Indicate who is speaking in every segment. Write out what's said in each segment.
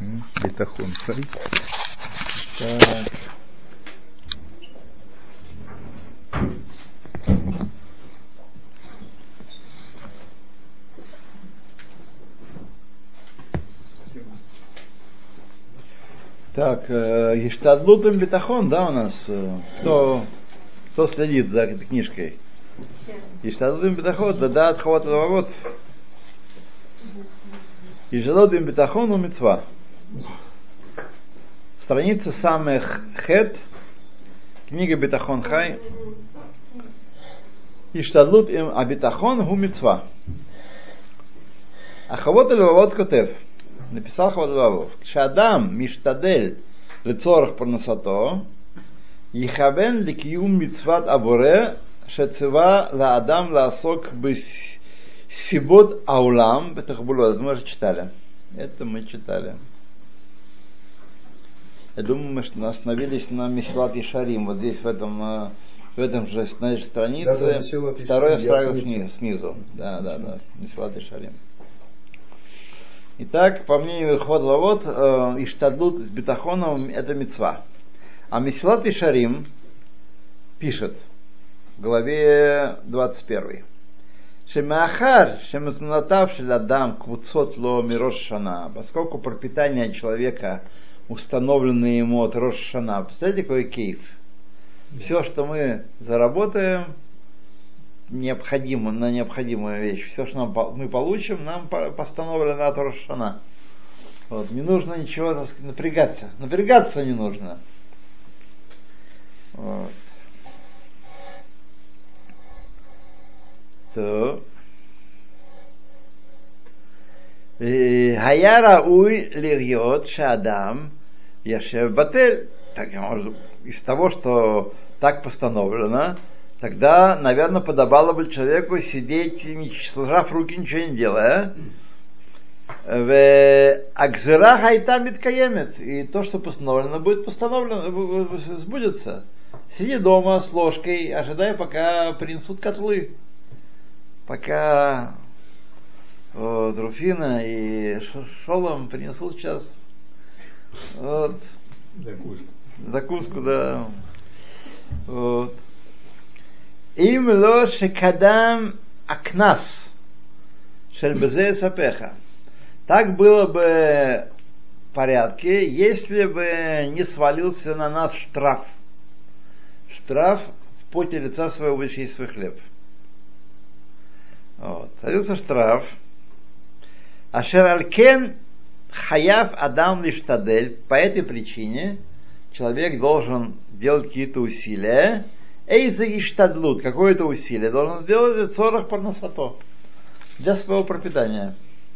Speaker 1: Битахон. Так, Иштадлут Битахон, да, у нас? Кто следит за этой книжкой? Иштадлут Битахон, да, отход вот. Иштадлут Битахон у мицва. Страница самых хет, книга Битахон Хай. Иштадлут им Абитахон гу мицва. Ахавот эль котев. Написал Хавот Левавов. Шадам миштадель лецорах парнасато ихавен ликиум мицват аборе шецева лаадам лаасок бисибот аулам. Это мы уже читали. Это мы читали. Я думаю, мы остановились на Мисилат Ешарим. Вот здесь в этом же странице. Второй строк снизу. Да. Мисилат Ешарим. Итак, по мнению Хавот Левавот, Иштадлут с Битахоном это мицва. А Мисилат Ешарим пишет в главе 21. Шемахар шемазнатав шелядам квуцот ло мирош шана. Поскольку пропитание человека установлено ему от Рош Шана. Представляете, какой кейф? Все, что мы заработаем, на необходимую вещь, все, что мы получим, нам постановлено от Рош Шана. Вот. Не нужно ничего, так сказать, напрягаться. Напрягаться не нужно. Вот. То. Хаяра уй лирьот шадам яшев батель. Так, из того, что так постановлено, тогда, наверное, подобало бы человеку сидеть, сложав руки, ничего не делая. Акзера хайта миткаемет. И то, что постановлено, будет постановлено, сбудется. Сиди дома с ложкой, ожидая, пока принесут котлы. Пока вот, Руфина и Шолом принесут сейчас вот, закуску, да. Вот. Им ло шекадам акнас шельбезе сапеха. Так было бы в порядке, если бы не свалился на нас штраф. Штраф в поте лица своего вычесть свой хлеб. Вот. Свалился штраф. Ашер алькен хаяв адам лиштадель. По этой причине человек должен делать какие-то усилия. Эйза иштадлут. Какое-то усилие должен сделать для цорах парнасато. Для своего пропитания.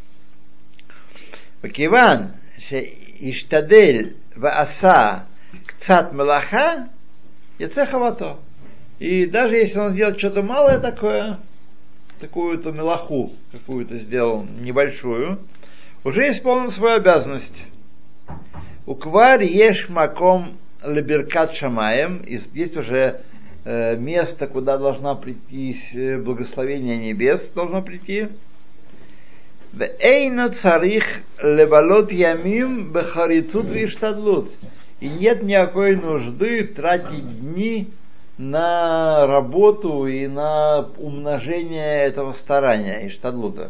Speaker 1: Покиван ше иштадель вааса кцат мелаха яцехавато. И даже если он сделает что-то малое такое, такую-то мелаху какую-то сделал, небольшую, уже исполнил свою обязанность. Уквар еш маком леберкат шамаем. Есть уже место, куда должна прийти благословение небес, должно прийти. Вэйна царих левалот ямим бехарицут виштадлут. И нет никакой нужды тратить дни на работу и на умножение этого старания иштадлута.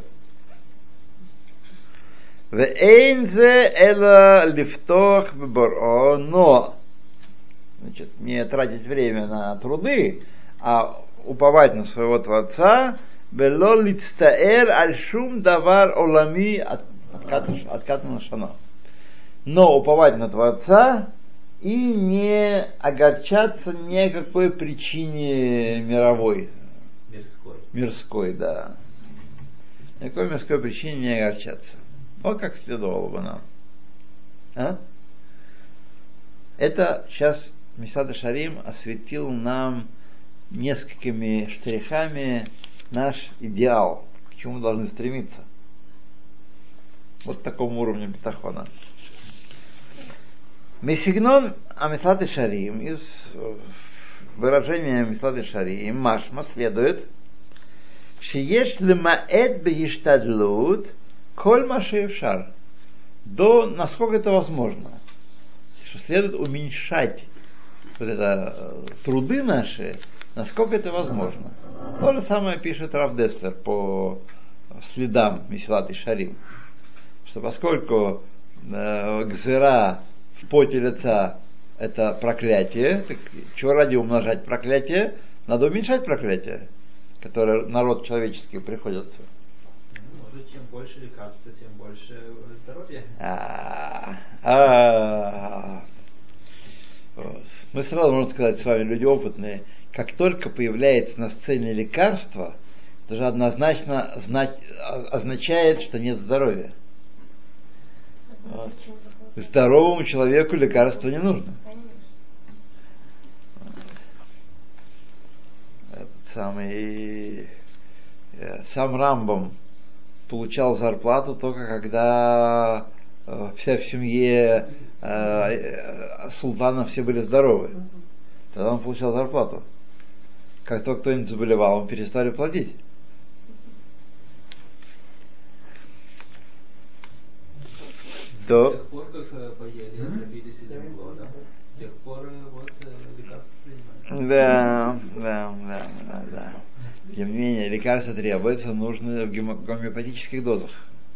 Speaker 1: Вэйнзе эла лифтох бборо. Но значит, не тратить время на труды, а уповать на своего Творца. Вело лицтаэр аль-шум давар олами откатано шано. Но уповать на Творца и не огорчаться ни о какой причине мировой. Мирской, да. Ни о какой мирской причине не огорчаться. Вот как следовало бы нам. А? Это сейчас Мисилат Ешарим осветил нам несколькими штрихами наш идеал, к чему мы должны стремиться. Вот к такому уровню битахона. Месигнон Мисилат Ешарим, из выражения Мисилат Ешарим, машма следует, шееш лемаэт беиштадлут коль машеевшар. до насколько это возможно. Что следует уменьшать вот это, труды наши, насколько это возможно. То же самое пишет Рав Деслер по следам Месилат Йешарим, что поскольку гзера в поте лица это проклятие, так чего ради умножать проклятие, надо уменьшать проклятие, которое народ человеческий приходится.
Speaker 2: Может, чем больше лекарства, тем больше здоровья.
Speaker 1: Вот. Мы сразу, можно сказать, с вами люди опытные, как только появляется на сцене лекарство, это же однозначно означает, что нет здоровья. Вот. Здоровому человеку лекарство не нужно. Сам Рамбам получал зарплату только когда вся в семье султана все были здоровы. Тогда он получал зарплату. Как только кто-нибудь заболевал, он перестали платить.
Speaker 2: С тех пор, как поели, напились и тяжело, да? С тех пор вот лекарства принимают.
Speaker 1: Да. Тем не менее, лекарства требуются, нужны в гомеопатических дозах.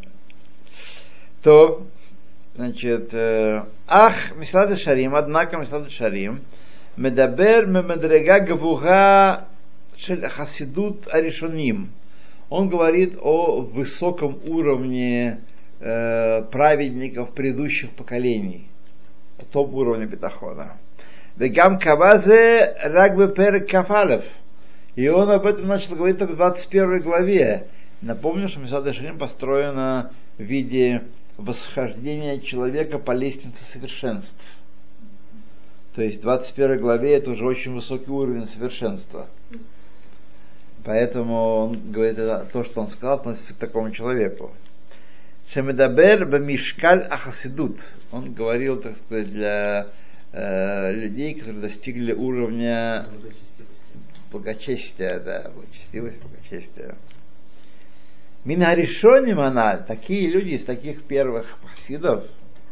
Speaker 1: То, значит, Месилат Йешарим, однако Месилат Йешарим, медабер мемадрега гавуга шель хасидут аришоним. Он говорит о высоком уровне праведников предыдущих поколений, топ уровня битахона. Вегам кавазе рагбе перек кафалев. И он об этом начал говорить только в 21 главе. Напомню, что Месилат Йешарим построена в виде восхождения человека по лестнице совершенств. То есть в 21 главе это уже очень высокий уровень совершенства. Поэтому он говорит, то, что он сказал, относится к такому человеку. Шемедабер бамишкаль ахасидут. Он говорил, так сказать, для людей, которые достигли уровня благочестия, да, благочестивость, благочестия. Минаришоним аналь, такие люди из таких первых хасидов,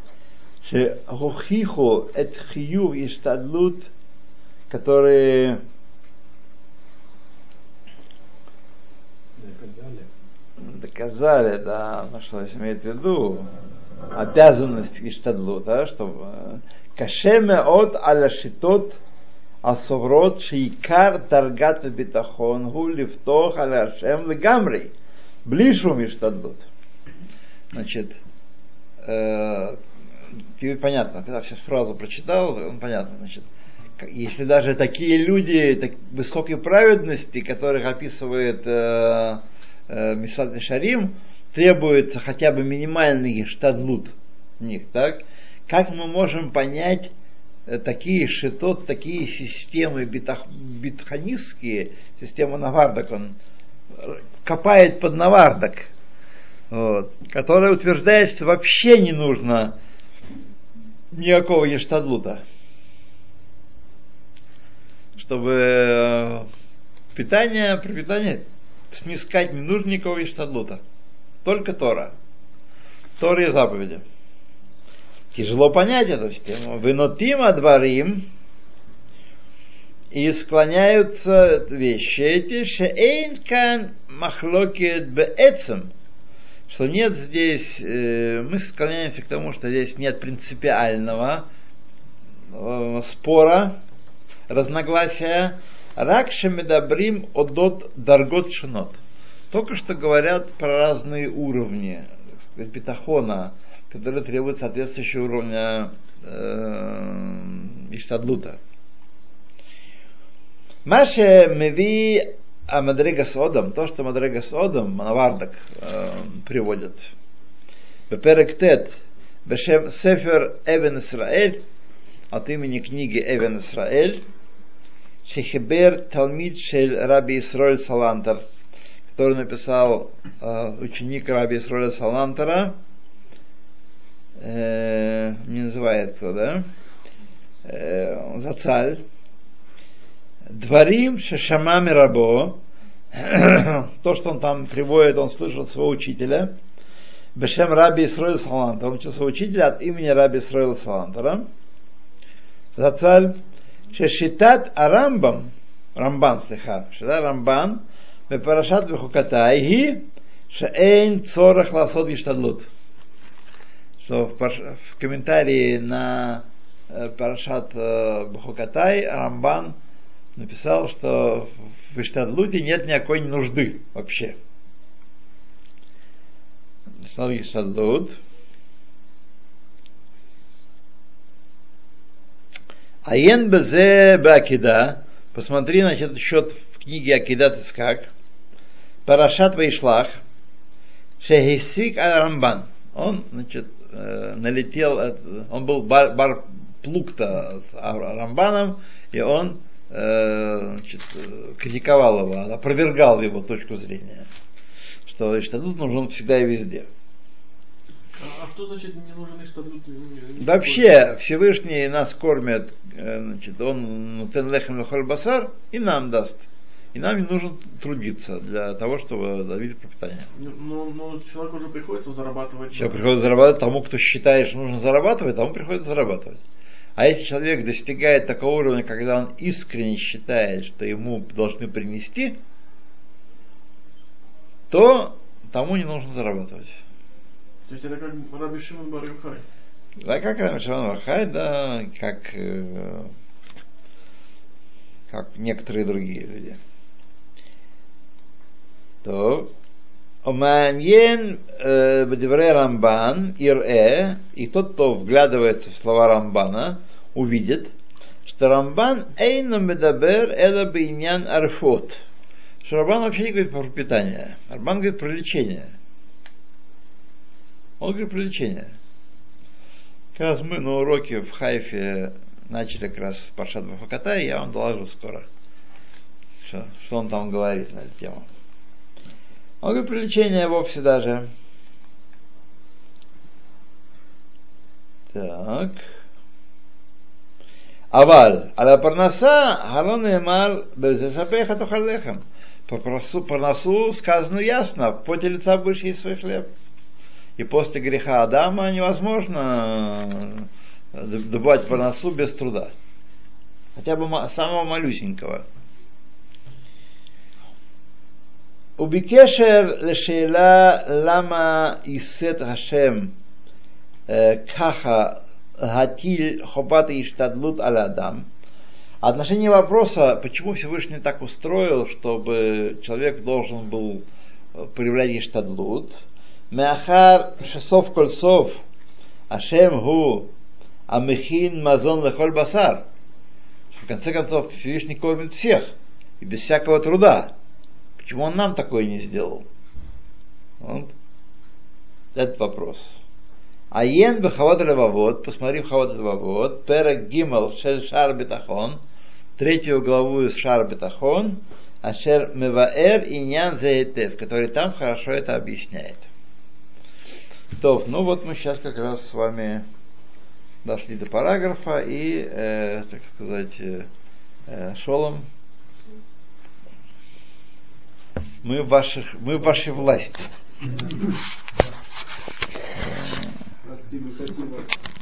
Speaker 1: шехухиху эт хиюв иштадлут, которые доказали, да, на что имеется в виду, обязанность иштадлута, чтобы кашеме от аляшитот асоврот шейкар таргат битахон гу лифтох аляшем легамри блишу иштадлут. Значит, теперь понятно, когда всю фразу прочитал, понятно, значит, если даже такие люди высокой праведности, которых описывает Месилат Йешарим, требуется хотя бы минимальный штадлут в них, так? Как мы можем понять такие шитот, такие системы битханистские, система навардак, он копает под навардак, вот, которая утверждает, что вообще не нужно никакого ештадлута, чтобы пропитание снискать не нужно никакого ештадлута, только Тора и заповеди. Тяжело понять эту систему. Вынотим адварим, и склоняются вещи эти, шеэйн кан махлокет беэцем, что нет здесь, мы склоняемся к тому, что здесь нет принципиального спора, разногласия. Ракше медабрим одот даргот шинот. Только что говорят про разные уровни битахона, которые требуют соответствующего уровня иштадлута. Маше меви амадрега содом, то, что мадрега содом, навардак приводит. Беперек тет, бешем сефер Эвен Исраэль, от имени книги Эвен Исраэль, Шехибер Талмид Шель Раби Исроэль Салантер, который написал ученик Раби Исроэля Салантера, не называет кто, да? Зацаль. Дворим Шешамами Рабо, то, что он там приводит, он слышал от своего учителя. Бешем Раби Исроэль Салантер. Он учился учителя от имени Раби Исроэля Салантера. Зацаль. Шешитат Арамбан. Шитат Рамбан. Бепарашат Вехукатай. Ги. Шеэйн Цорах Ласод Иштадлут. Что в комментарии на Парашат Бехукатай Рамбан написал, что в Иштадлуте нет никакой нужды вообще. Что Иштадлут? Аен Безе Бакида. Посмотри на этот счет в книге Акидат Ицхак. Парашат Вайшлах. Шехисик Рамбан. Он, налетел, он был бар плукта с Рамбаном, и он критиковал его, опровергал его точку зрения, что Иштадлут нужен всегда и везде.
Speaker 3: А что значит не нужен Иштадлут?
Speaker 1: Вообще, Всевышний нас кормит, он тен-лехем лехоль басар и нам даст. И нам не нужно трудиться для того, чтобы добиться пропитания.
Speaker 3: Но человеку уже приходится зарабатывать.
Speaker 1: Человек приходится зарабатывать тому, кто считает, что нужно зарабатывать, тому приходится зарабатывать. А если человек достигает такого уровня, когда он искренне считает, что ему должны принести, то тому не нужно зарабатывать.
Speaker 3: То есть это как Раби Шимон бар Йохай?
Speaker 1: Да, как Раби Шимон бар Йохай, да, как некоторые другие люди. То Оманьен бдевре Рамбан Ир-э, и тот, кто вглядывается в слова Рамбана, увидит, что Рамбан эйно медабер эла бейнян арфот. Что Рамбан вообще не говорит про пропитание. Рамбан говорит про лечение. Он говорит про лечение. Как раз мы на уроке в Хайфе начали как раз Паршат Бехукатай, я вам доложу скоро, что он там говорит на эту тему. Он говорит про лечение вовсе даже. Так. Аваль, аля парнаса, халон эмар, безесапеха тухалехам. По парнасу сказано ясно, в поте лица будешь есть свой хлеб. И после греха Адама невозможно добывать парнасу без труда. Хотя бы самого малюсенького. Убикешер лешейла лама исет Хашем каха гатиль хопат иштадлут аль-адам. Отношение вопроса, почему Всевышний так устроил, чтобы человек должен был проявлять иштадлут. Меахар шесов кольцов Ашем гу амехин мазон лехоль басар. В конце концов, Всевышний кормит всех и без всякого труда. Почему он нам такое не сделал? Вот. Этот вопрос. Аен бехавот левавот, посмотри в хавот левавот, перек гимел шель шар бетахон, 3 главу из шар бетахон, ашер меваэр иньян зеетев, который там хорошо это объясняет. То, ну вот мы сейчас как раз с вами дошли до параграфа и, так сказать, шолом. Мы в вашей власти.
Speaker 3: Прости, мы хотим вас.